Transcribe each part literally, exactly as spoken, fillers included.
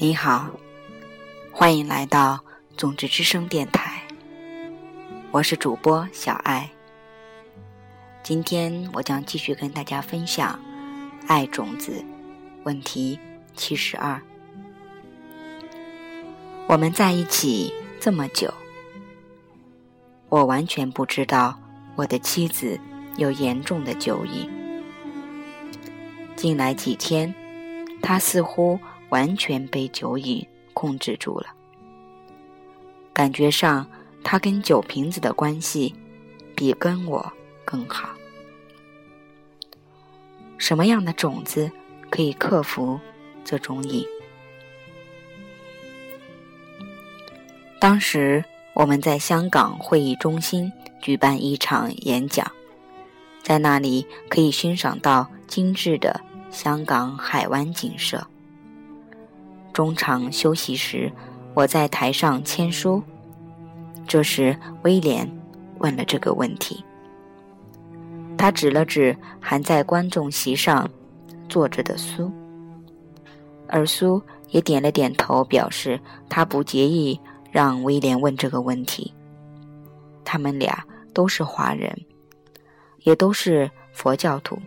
你好，欢迎来到种子之声电台，我是主播小爱。今天我将继续跟大家分享爱种子问题七十二。我们在一起这么久，我完全不知道我的妻子有严重的酒瘾。近来几天，她似乎完全被酒瘾控制住了，感觉上她跟酒瓶子的关系比跟我更好。什么样的种子可以克服这种瘾？当时我们在香港会议中心举办一场演讲，在那里可以欣赏到精致的香港海湾景色。中场休息时，我在台上签书，这时威廉问了这个问题。他指了指还在观众席上坐着的苏，而苏也点了点头，表示他不介意让威廉问这个问题。他们俩都是华人，也都是佛教徒。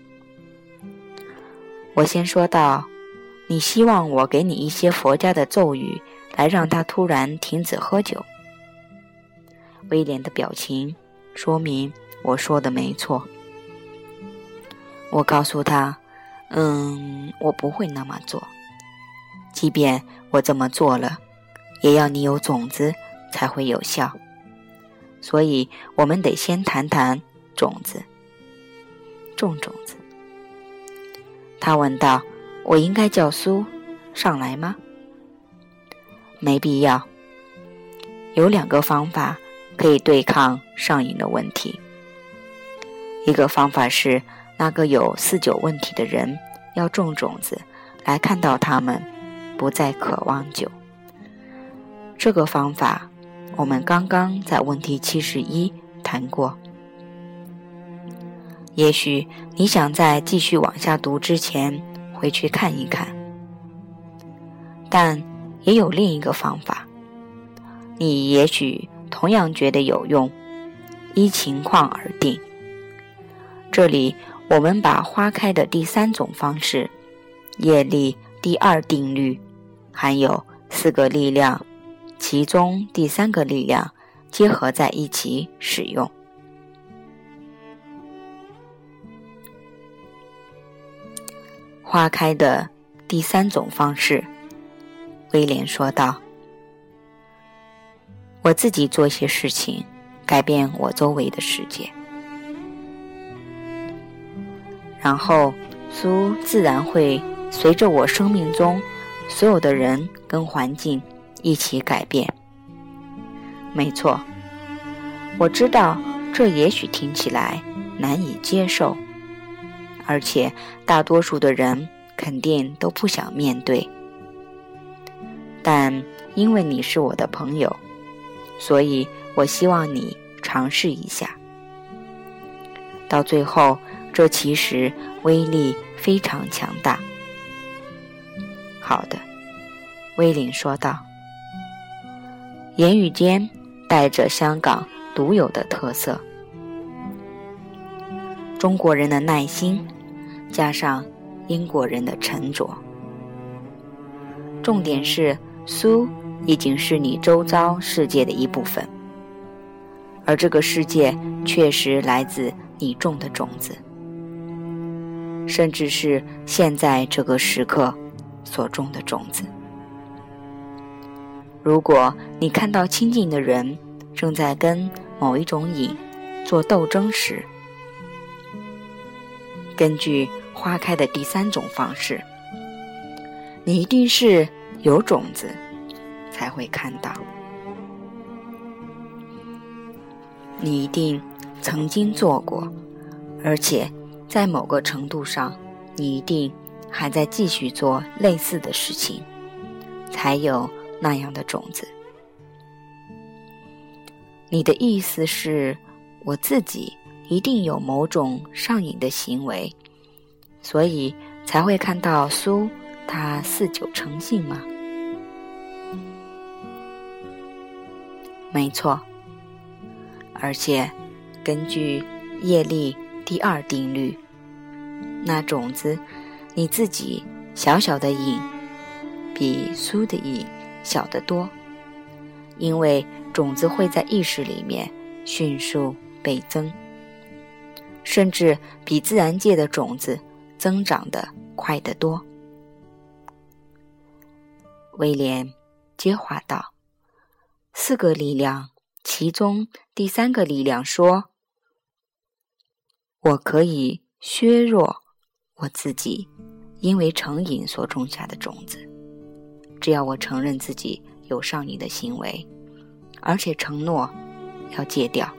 我先说道，你希望我给你一些佛家的咒语，来让他突然停止喝酒。威廉的表情说明我说的没错。我告诉他，嗯，我不会那么做。即便我这么做了，也要你有种子才会有效。所以我们得先谈谈种子，种种子。他问道，我应该叫苏上来吗？没必要。有两个方法可以对抗上瘾的问题。一个方法是那个有四酒问题的人要种种子，来看到他们不再渴望酒。这个方法我们刚刚在问题七十一谈过。也许你想在继续往下读之前回去看一看。但也有另一个方法，你也许同样觉得有用，依情况而定。这里我们把花开的第三种方式，业力第二定律，还有四个力量，其中第三个力量结合在一起使用。花开的第三种方式，威廉说道，我自己做些事情，改变我周围的世界。然后苏自然会随着我生命中所有的人跟环境一起改变。没错，我知道这也许听起来难以接受，而且大多数的人肯定都不想面对。但因为你是我的朋友，所以我希望你尝试一下。到最后，这其实威力非常强大。好的，威廉说道，言语间带着香港独有的特色。中国人的耐心，加上英国人的沉着。重点是苏已经是你周遭世界的一部分，而这个世界确实来自你种的种子，甚至是现在这个时刻所种的种子。如果你看到亲近的人正在跟某一种瘾做斗争时，根据花开的第三种方式，你一定是有种子才会看到。你一定曾经做过，而且在某个程度上，你一定还在继续做类似的事情，才有那样的种子。你的意思是，我自己一定有某种上瘾的行为，所以才会看到苏他四九成性吗？ 没错。而且根据业力第二定律，那种子你自己小小的影比苏的影小得多，因为种子会在意识里面迅速倍增，甚至比自然界的种子增长得快得多。威廉接话道，四个力量，其中第三个力量说，我可以削弱我自己因为成瘾所种下的种子，只要我承认自己有上瘾的行为，而且承诺要戒掉。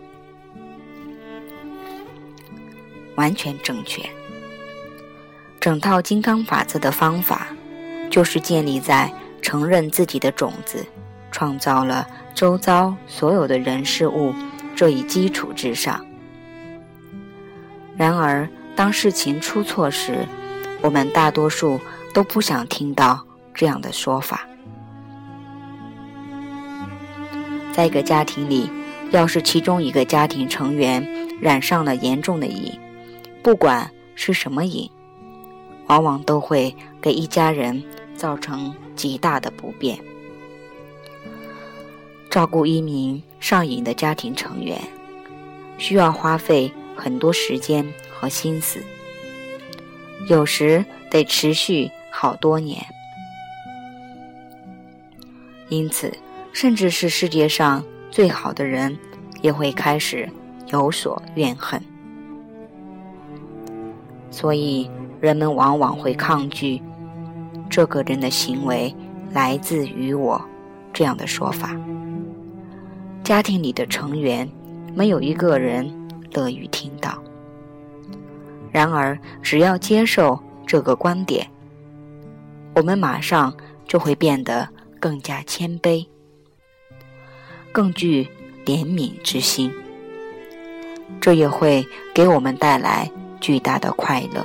完全正确。整套金刚法则的方法就是建立在承认自己的种子创造了周遭所有的人事物这一基础之上。然而当事情出错时，我们大多数都不想听到这样的说法。在一个家庭里，要是其中一个家庭成员染上了严重的瘾，不管是什么瘾，往往都会给一家人造成极大的不便。照顾一名上瘾的家庭成员，需要花费很多时间和心思，有时得持续好多年。因此，甚至是世界上最好的人，也会开始有所怨恨。所以人们往往会抗拒这个人的行为来自于我这样的说法。家庭里的成员没有一个人乐于听到。然而只要接受这个观点，我们马上就会变得更加谦卑，更具怜悯之心，这也会给我们带来巨大的快乐。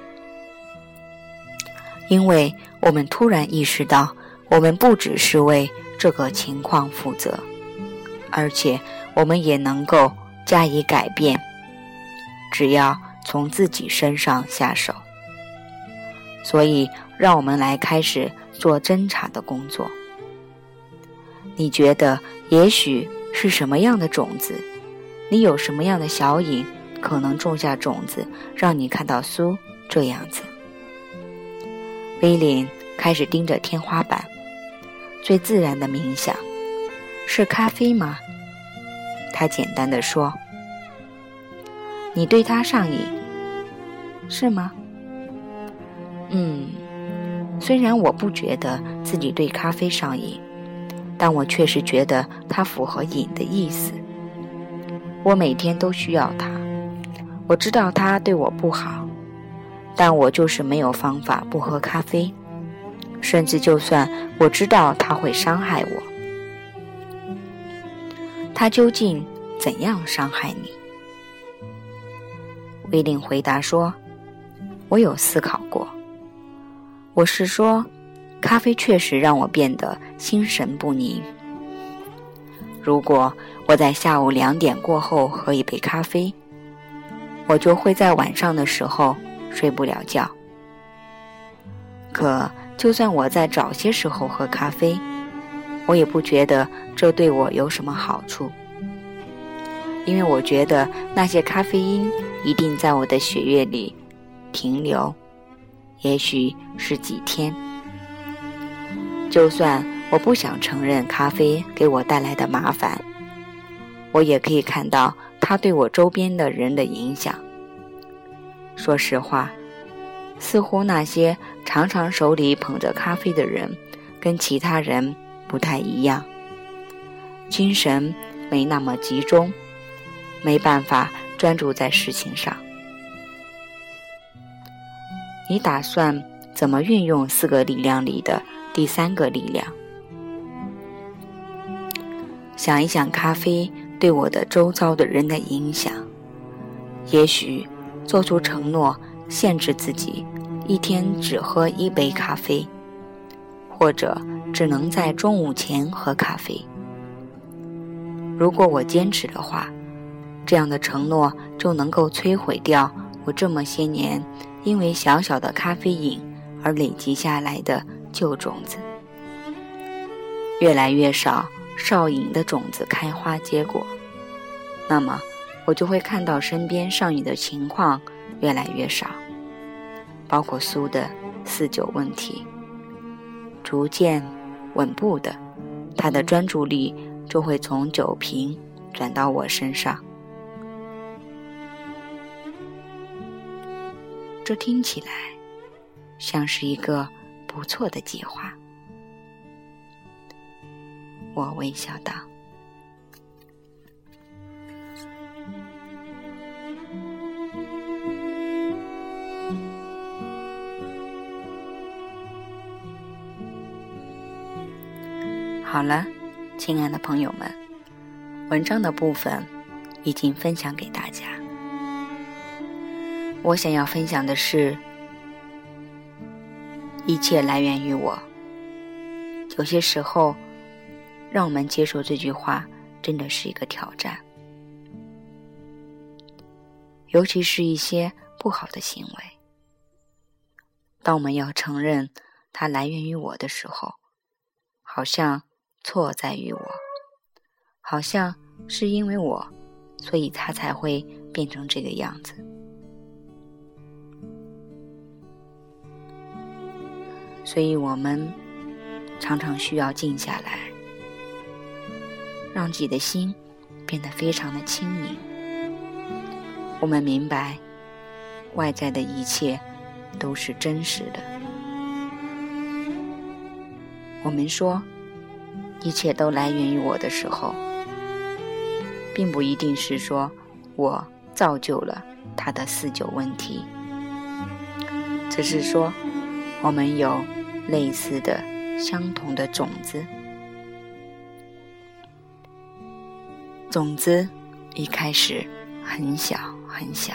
因为我们突然意识到，我们不只是为这个情况负责，而且我们也能够加以改变，只要从自己身上下手。所以让我们来开始做侦查的工作。你觉得也许是什么样的种子，你有什么样的小瘾可能种下种子，让你看到苏这样子。威廉开始盯着天花板。最自然的冥想是咖啡吗？他简单地说。你对它上瘾是吗？嗯，虽然我不觉得自己对咖啡上瘾，但我确实觉得它符合瘾的意思。我每天都需要它，我知道它对我不好，但我就是没有方法不喝咖啡，甚至就算我知道它会伤害我。它究竟怎样伤害你？威廉回答说，我有思考过。我是说，咖啡确实让我变得心神不宁。如果我在下午两点过后喝一杯咖啡，我就会在晚上的时候睡不了觉。可就算我在早些时候喝咖啡，我也不觉得这对我有什么好处，因为我觉得那些咖啡因一定在我的血液里停留，也许是几天。就算我不想承认咖啡给我带来的麻烦，我也可以看到它对我周边的人的影响。说实话，似乎那些常常手里捧着咖啡的人跟其他人不太一样，精神没那么集中，没办法专注在事情上。你打算怎么运用四个力量里的第三个力量？想一想咖啡对我的周遭的人的影响，也许做出承诺，限制自己一天只喝一杯咖啡，或者只能在中午前喝咖啡。 如果我坚持的话，这样的承诺就能够摧毁掉我这么些年因为小小的咖啡瘾而累积下来的旧种子。越来越少少瘾的种子开花结果，那么我就会看到身边上瘾的情况越来越少，包括苏的四九问题，逐渐稳步的，他的专注力就会从酒瓶转到我身上。这听起来像是一个不错的计划。我微笑道。好了，亲爱的朋友们，文章的部分已经分享给大家。我想要分享的是，一切来源于我。有些时候，让我们接受这句话真的是一个挑战，尤其是一些不好的行为。当我们要承认它来源于我的时候，好像错在于我，好像是因为我，所以它才会变成这个样子。所以我们常常需要静下来，让自己的心变得非常的清明。我们明白外在的一切都是真实的。我们说一切都来源于我的时候，并不一定是说我造就了他的四九问题，只是说我们有类似的相同的种子。种子一开始很小很小，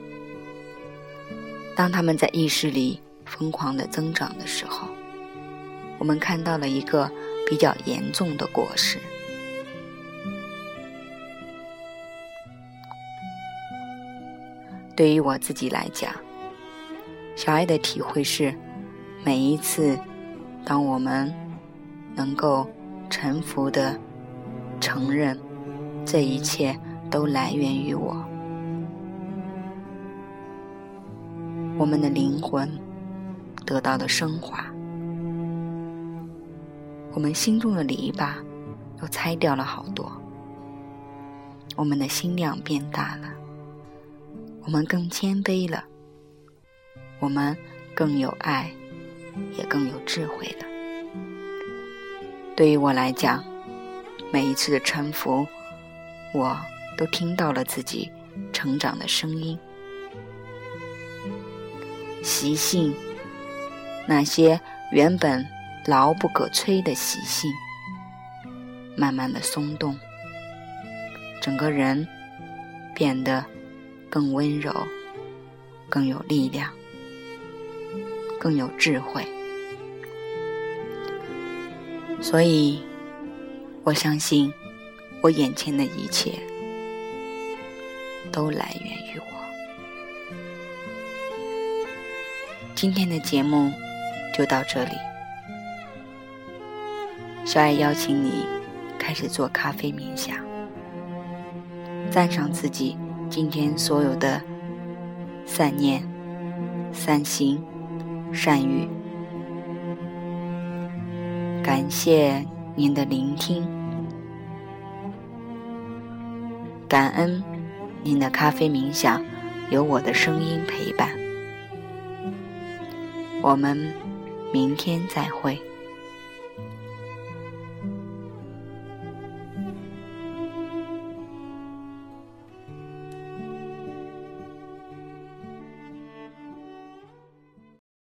当它们在意识里疯狂地增长的时候，我们看到了一个比较严重的果实。对于我自己来讲，小爱的体会是，每一次当我们能够臣服地承认这一切都来源于我，我们的灵魂得到了升华，我们心中的篱笆又拆掉了好多，我们的心量变大了，我们更谦卑了，我们更有爱，也更有智慧了。对于我来讲，每一次的臣服，我都听到了自己成长的声音。习性，那些原本牢不可摧的习性，慢慢的松动，整个人变得更温柔，更有力量，更有智慧。所以我相信我眼前的一切都来源于我。今天的节目就到这里，小爱邀请你开始做咖啡冥想，赞赏自己今天所有的善念、善行、善语。感谢您的聆听，感恩您的咖啡冥想有我的声音陪伴。我们明天再会。